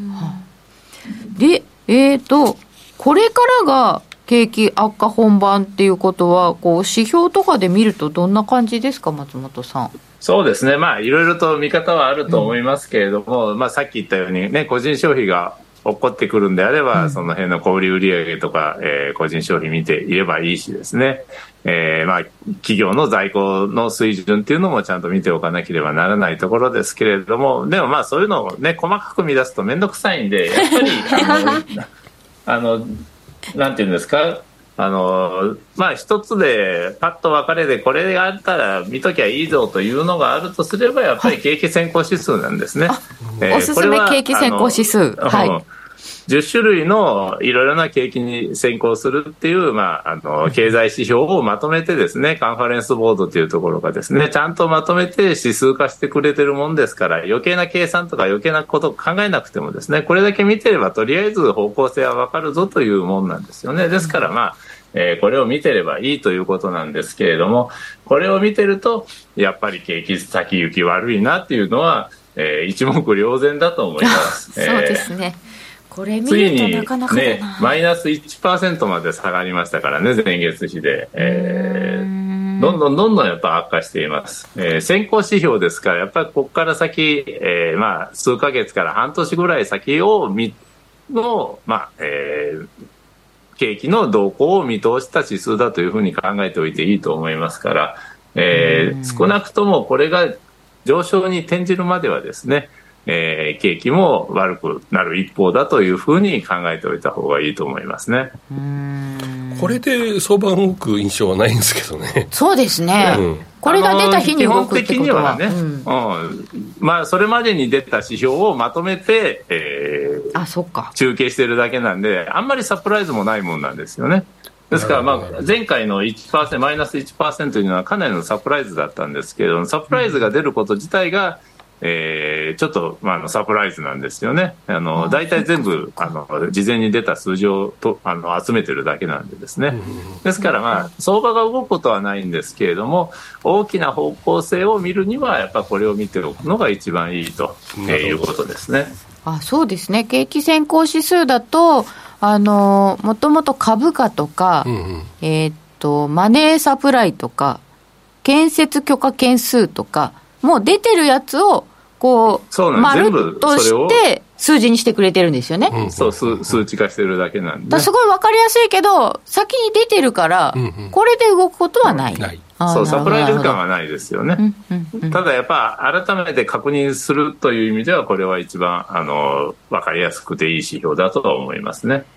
で、これからが景気悪化本番っていうことは指標とかで見るとどんな感じですか、松本さん。 そうですね、いろいろと見方はあると思いますけれども、さっき言ったようにね、個人消費が起こってくるんであれば、その辺の小売売上とか、個人消費見ていればいいしですね、企業の在庫の水準っていうのもちゃんと見ておかなければならないところですけれども、でもそういうのをね細かく見出すと面倒くさいんで、やっぱりなんていうんですか、一つでパッと分かれでこれがあったら見ときゃいいぞというのがあるとすれば、やっぱり景気先行指数なんですね。 おすすめ景気先行指数、 10種類のいろいろな景気に先行するっていう、経済指標をまとめてですね、カンファレンスボードというところがですね、ちゃんとまとめて指数化してくれてるもんですから、余計な計算とか余計なことを考えなくてもですね、これだけ見てればとりあえず方向性はわかるぞというもんなんですよね。ですからこれを見てればいいということなんですけれども、これを見てるとやっぱり景気先行き悪いなっていうのは、一目瞭然だと思います。 そうですね。これ見るとなかなかだな。 次にね、マイナス 1% まで下がりましたからね、前月比で。どんどんやっぱ悪化しています。先行指標ですから、やっぱりここから先、数ヶ月から半年ぐらい先の、景気の動向を見通した指数だというふうに考えておいていいと思いますから、少なくともこれが上昇に転じるまではですね、景気も悪くなる一方だというふうに考えておいた方がいいと思いますね。 これで相場が動く印象はないんですけどね。 そうですね、これが出た日に動くってことは、 基本的にはね、それまでに出た指標をまとめて、 そっか、 中継してるだけなんで、あんまりサプライズもないもんなんですよね。ですから、前回の 1%、マイナス 1% というのはかなりのサプライズだったんですけれども、サプライズが出ること自体が、ちょっと、サプライズなんですよね。大体全部事前に出た数字を集めてるだけなんでですね。ですから相場が動くことはないんですけれども、大きな方向性を見るにはやっぱこれを見ておくのが一番いいということですね。 そうですね。景気先行指数だともともと株価とか、マネーサプライとか建設許可件数とかもう出てるやつをこう丸っとして数字にしてくれてるんですよね。 数値化してるだけなんで、 すごい分かりやすいけど先に出てるから、これで動くことはない。 サプライズ感はないですよね。ただやっぱ改めて確認するという意味ではこれは一番分かりやすくていい指標だとは思いますね。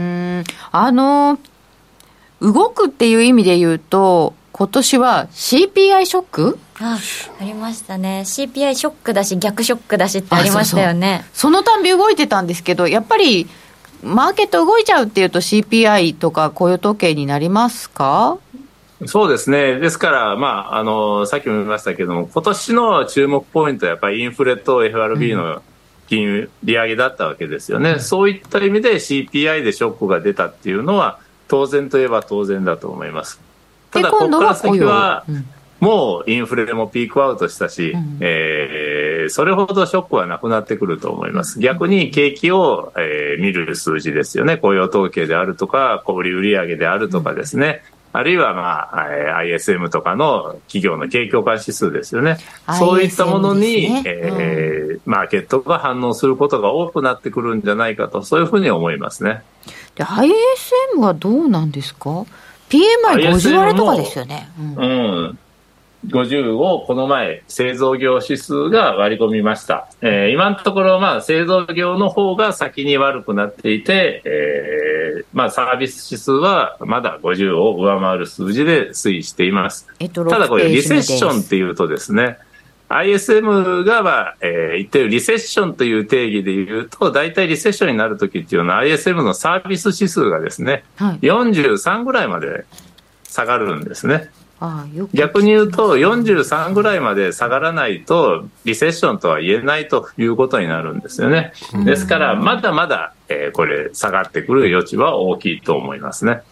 動くっていう意味で言うと今年は CPI ショックありましたね。 CPI ショックだし逆ショックだしってありましたよね。 そのたんび動いてたんですけど、やっぱりマーケット動いちゃうっていうと CPI とか雇用統計になりますか？ そうですね。ですから、さっきも言いましたけども、今年の注目ポイントはやっぱりインフレと FRB の金融利上げだったわけですよね。そういった意味で CPI でショックが出たっていうのは当然といえば当然だと思います。ただここから先はもうインフレもピークアウトしたし、それほどショックはなくなってくると思います。逆に景気を、見る数字ですよね。雇用統計であるとか小売売上であるとかですね、あるいはISM とかの企業の景況感指数ですよね。そういったものに、マーケットが反応することが多くなってくるんじゃないかと、そういうふうに思いますね。 で ISM はどうなんですか？ PMI50 割れとかですよね。 50をこの前製造業指数が割り込みました。今のところ製造業の方が先に悪くなっていて、サービス指数はまだ50を上回る数字で推移しています。ただこれリセッションっていうとですね、ISM が言ってるリセッションという定義で言うと、大体リセッションになるときっていうのは ISM のサービス指数がですね、43ぐらいまで下がるんですね。逆に言うと43ぐらいまで下がらないとリセッションとは言えないということになるんですよね。ですからまだまだ、これ下がってくる余地は大きいと思いますね。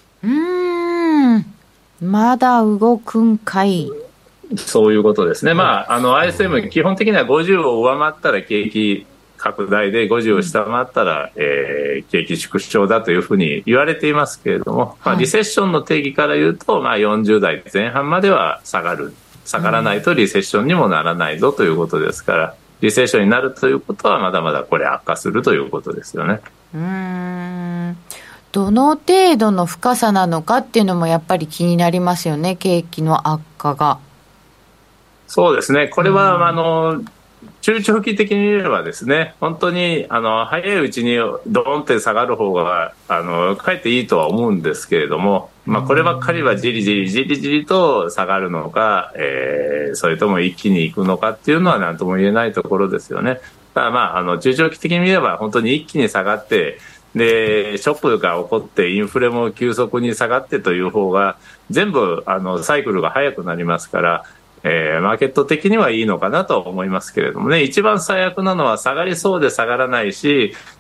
まだ動くんかい。 そういうことですね。ISM 基本的には50を上回ったら景気拡大で、50を下回ったら、景気縮小だというふうに言われていますけれども、リセッションの定義から言うと、40代前半までは下がらないとリセッションにもならないぞということですから、リセッションになるということはまだまだこれ悪化するということですよね。 どの程度の深さなのかっていうのもやっぱり気になりますよね、景気の悪化が。そうですね。これは中長期的に言えばですね、本当に早いうちにドーンって下がる方がかえっていいとは思うんですけれども、こればっかりはじりじりと下がるのか、それとも一気にいくのかっていうのは何とも言えないところですよね。ただ中長期的に見れば本当に一気に下がって、でショックが起こってインフレも急速に下がってという方が全部サイクルが早くなりますから、マーケット的にはいいのかなと思いますけれどもね。一番最悪なのは下がりそうで下がらないし、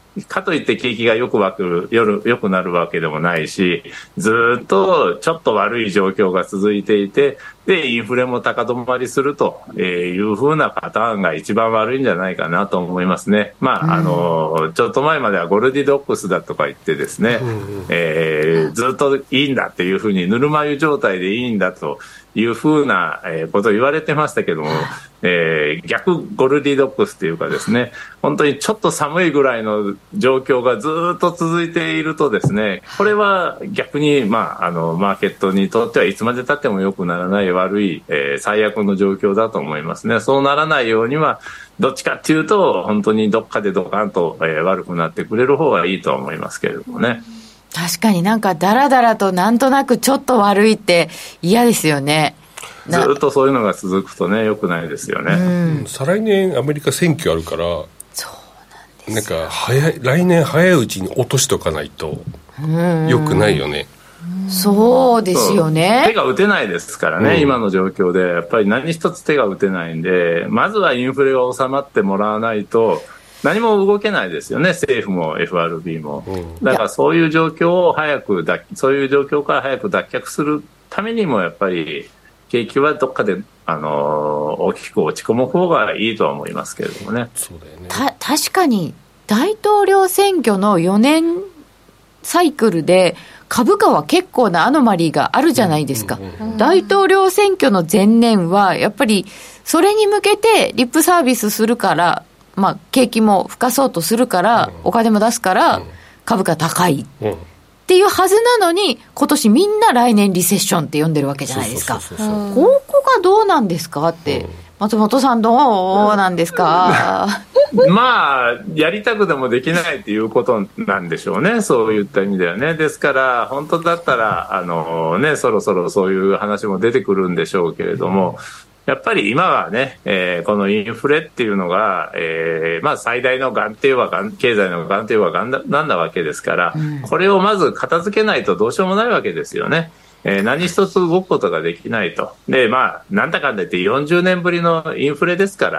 かといって景気が良くなるわけでもないし、ずっとちょっと悪い状況が続いていて、でインフレも高止まりするという風なパターンが一番悪いんじゃないかなと思いますね。ちょっと前まではゴルディロックスだとか言ってですね、ずっといいんだっていう風にぬるま湯状態でいいんだという風なことを言われてましたけども、逆ゴルディロックスというかですね、本当にちょっと寒いぐらいの状況がずっと続いているとですね、これは逆に、マーケットにとってはいつまで経っても良くならない悪い、最悪の状況だと思いますね。そうならないようにはどっちかっていうと本当にどっかでドカンと、悪くなってくれる方がいいと思いますけれどもね。 確かになんかダラダラとなんとなくちょっと悪いって嫌ですよね。 ずっとそういうのが続くとね良くないですよね。 再来年アメリカ選挙あるから、 そうなんですよ。 なんか来年早いうちに落としておかないと良くないよね。 そうですよね。 手が打てないですからね、今の状況でやっぱり何一つ手が打てないんで、まずはインフレが収まってもらわないと何も動けないですよね、政府も FRB も。だからそういう状況をそういう状況から早く脱却するためにもやっぱり景気はどっかで、大きく落ち込む方がいいとは思いますけれどもね。 そうだよね。 確かに大統領選挙の4年サイクルで株価は結構なアノマリーがあるじゃないですか。大統領選挙の前年はやっぱりそれに向けてリップサービスするから、景気も吹かそうとするから、お金も出すから株価高いっていうはずなのに、今年みんな来年リセッションって呼んでるわけじゃないですか。ここがどうなんですかって、松本さんどうなんですか？ やりたくでもできないっていうことなんでしょうね、そういった意味ではね。ですから本当だったらそろそろそういう話も出てくるんでしょうけれども、やっぱり今はね、このインフレっていうのが、最大の癌といえば経済の癌といえば癌なんだわけですから、これをまず片付けないとどうしようもないわけですよね。何一つ動くことができないと。で、なんだかんだ言って40年ぶりのインフレですから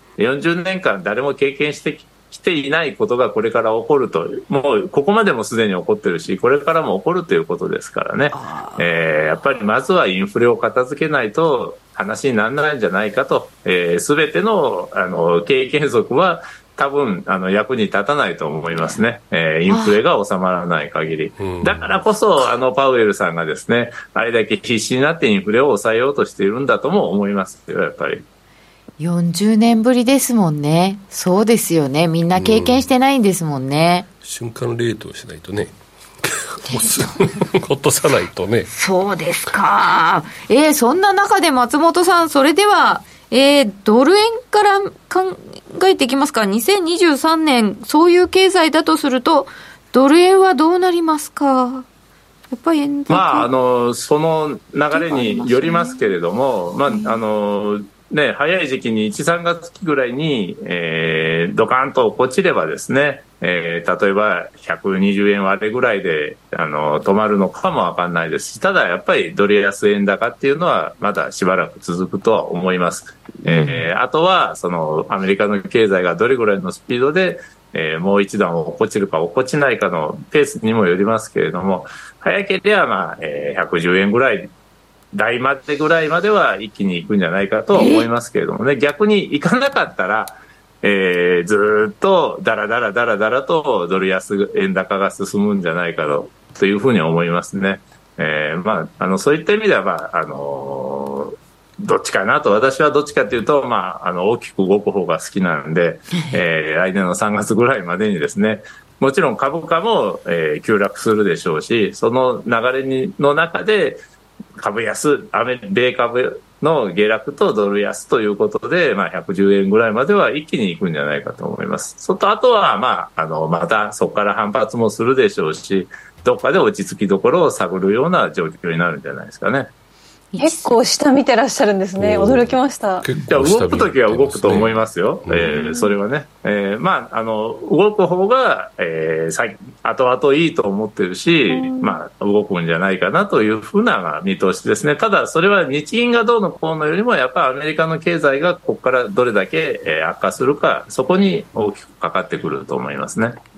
、40年間誰も経験してきていないことがこれから起こると、もうここまでもすでに起こってるし、これからも起こるということですからね。やっぱりまずはインフレを片付けないと話にならないんじゃないかと。全ての経験則は多分役に立たないと思いますね。インフレが収まらない限り。だからこそパウエルさんがですね、あれだけ必死になってインフレを抑えようとしているんだとも思いますよ、やっぱり。 40年ぶりですもんね。そうですよね。みんな経験してないんですもんね。 瞬間冷凍しないとね。落とさないとね。 そうですか。そんな中で松本さん、それでは、ドル円から考えていきますか。2023年そういう経済だとするとドル円はどうなりますか。やっぱり円高、 その流れによりますけれども、早い時期に 1,3 月期ぐらいに、ドカンと落ちればですね、例えば120円割れぐらいで止まるのかもわかんないですし、ただやっぱりドル安円高っていうのはまだしばらく続くとは思います。あとはそのアメリカの経済がどれぐらいのスピードで、もう一段落っこちるか落っこちないかのペースにもよりますけれども、早ければ110円ぐらい台までぐらいまでは一気に行くんじゃないかと思いますけれどもね。逆に行かなかったら、ずっとだらだらとドル安円高が進むんじゃないかというふうに思いますね。そういった意味では、どっちかなと。私はどっちかというと、大きく動く方が好きなんで、来年の3月ぐらいまでにですね、もちろん株価も、急落するでしょうし、その流れの中で株安、米株の下落とドル安ということで、110円ぐらいまでは一気に行くんじゃないかと思います。あとは、またそこから反発もするでしょうし、どっかで落ち着きどころを探るような状況になるんじゃないですかね。 結構下見てらっしゃるんですね。驚きました。 動くときは動くと思いますよ。それはね。動く方が、後々いいと思ってるし、動くんじゃないかなというふうな見通しですね。ただ、それは日銀がどうのこうのよりも、やっぱりアメリカの経済がここからどれだけ悪化するか、そこに大きくかかってくると思いますね。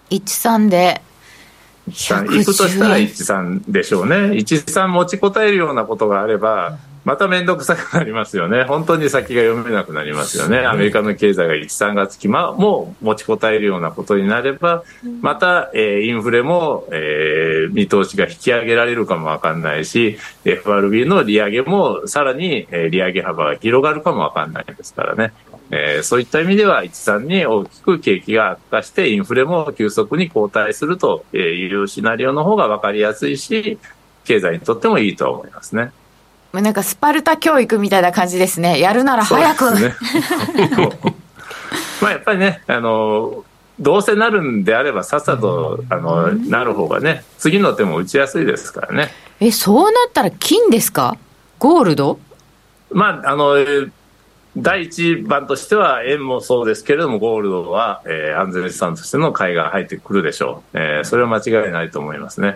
13で行くとしたら13でしょうね。13持ちこたえるようなことがあればまた面倒くさくなりますよね。本当に先が読めなくなりますよね。アメリカの経済が13月期も持ちこたえるようなことになればまた、インフレも、見通しが引き上げられるかもわかんないし FRB の利上げもさらに、利上げ幅が広がるかもわかんないですからね。そういった意味では13に大きく景気が悪化してインフレも急速に後退するというシナリオの方が分かりやすいし経済にとってもいいとは思いますね。 なんかスパルタ教育みたいな感じですね。やるなら早く。そうですねまあやっぱりねどうせなるんであればさっさとなる方がね次の手も打ちやすいですからね。 そうなったら金ですかゴールド？ まあ第一番としては円もそうですけれどもゴールドは、安全資産としての買いが入ってくるでしょう。それは間違いないと思いますね。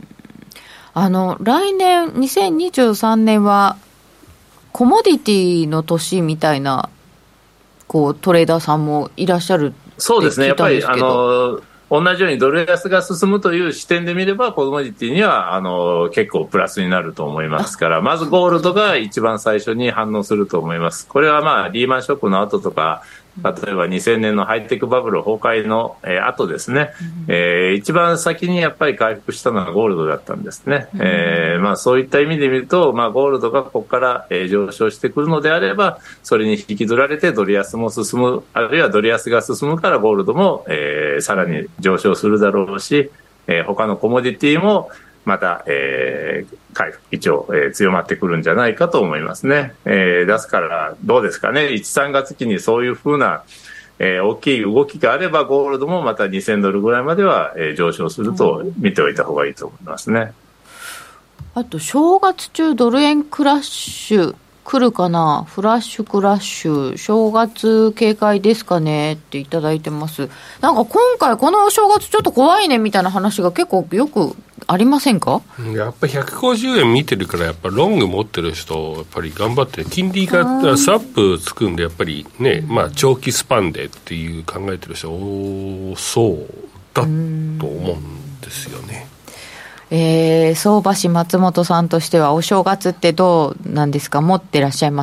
来年2023年はコモディティの年みたいなトレーダーさんもいらっしゃるって聞いたんですけど。 そうですね。やっぱり同じようにドル安が進むという視点で見ればコモディティには結構プラスになると思いますからまずゴールドが一番最初に反応すると思います。これはまあリーマンショックの後とか例えば2000年のハイテクバブル崩壊の後ですね、一番先にやっぱり回復したのはゴールドだったんですね。まあそういった意味で見ると、まあ、ゴールドがここから、上昇してくるのであればそれに引きずられてドル安も進むあるいはドル安が進むからゴールドも、さらに上昇するだろうし、他のコモディティもまた、回復基調、強まってくるんじゃないかと思いますね。ですからどうですかね1、3月期にそういうふうな、大きい動きがあればゴールドもまた2000ドルぐらいまでは、上昇すると見ておいた方がいいと思いますね。 あと正月中ドル円クラッシュ来るかな。フラッシュクラッシュ正月警戒ですかねっていただいてます。なんか今回この正月ちょっと怖いねみたいな話が結構よくありませんか。 やっぱり150円見てるからやっぱロング持ってる人やっぱり頑張って金利がスワップつくんでやっぱりね、まあ長期スパンでっていう考えてる人多そうだと思うんですよね。 相場師松本さんとしてはお正月ってどうなんですか。持ってらっしゃいます？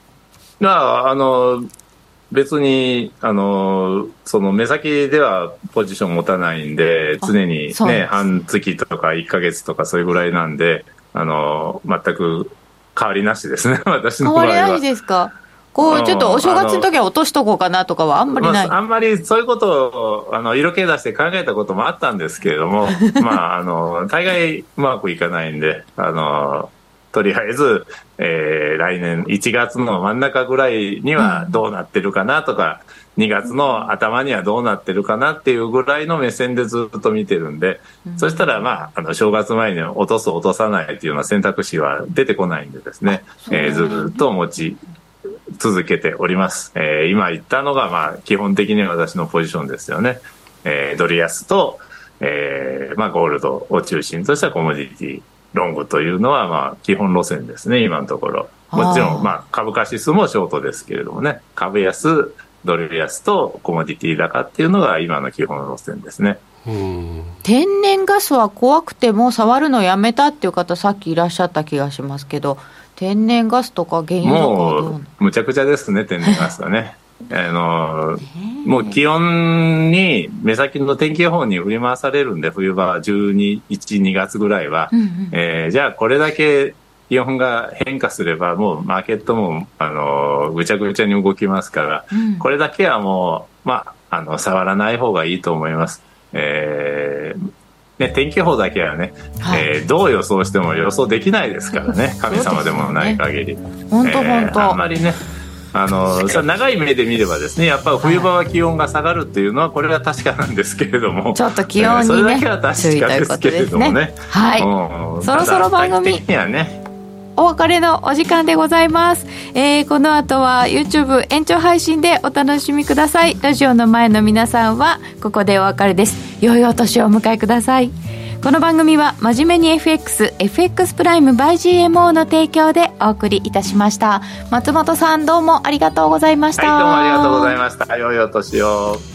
別にその目先ではポジション持たないんで常にね半月とか1ヶ月とかそれぐらいなんで全く変わりなしですね私の場合は。 変わりないですか。ちょっとお正月の時は落としとこうかなとかはあんまりない。 あんまりそういうことを色気出して考えたこともあったんですけれどもまあ大概うまくいかないんでとりあえず、来年1月の真ん中ぐらいにはどうなってるかなとか、2月の頭にはどうなってるかなっていうぐらいの目線でずっと見てるんで、そしたらまあ正月前に落とす落とさないっていうような選択肢は出てこないんでですね、ずっと持ち続けております。今言ったのがまあ基本的に私のポジションですよね。ドル安と、まあゴールドを中心としたコモディティロングというのはまあ基本路線ですね今のところ。もちろんまあ株価指数もショートですけれどもね、株安ドル安とコモディティ高っていうのが今の基本路線ですね。 天然ガスは怖くても触るのやめたっていう方さっきいらっしゃった気がしますけど、天然ガスとか原油とかはどうなの？ もうむちゃくちゃですね天然ガスはねもう気温に目先の天気予報に振り回されるんで冬場12、2月ぐらいは、じゃあこれだけ気温が変化すればもうマーケットもぐちゃぐちゃに動きますから、これだけはもう、まあ、触らない方がいいと思います。天気予報だけはね、どう予想しても予想できないですからね神様でもない限り、 本当あんまりね長い目で見ればですねやっぱり冬場は気温が下がるっていうのはこれは確かなんですけれども、 ちょっと気温にね、 それだけは確かですけれどもね、 はい、そろそろ番組お別れのお時間でございます。この後は YouTube 延長配信でお楽しみください。ラジオの前の皆さんはここでお別れです。良いお年をお迎えください。この番組は真面目に FX プライム by GMO の提供でお送りいたしました。松本さんどうもありがとうございました。 はい、どうもありがとうございました。良いお年を。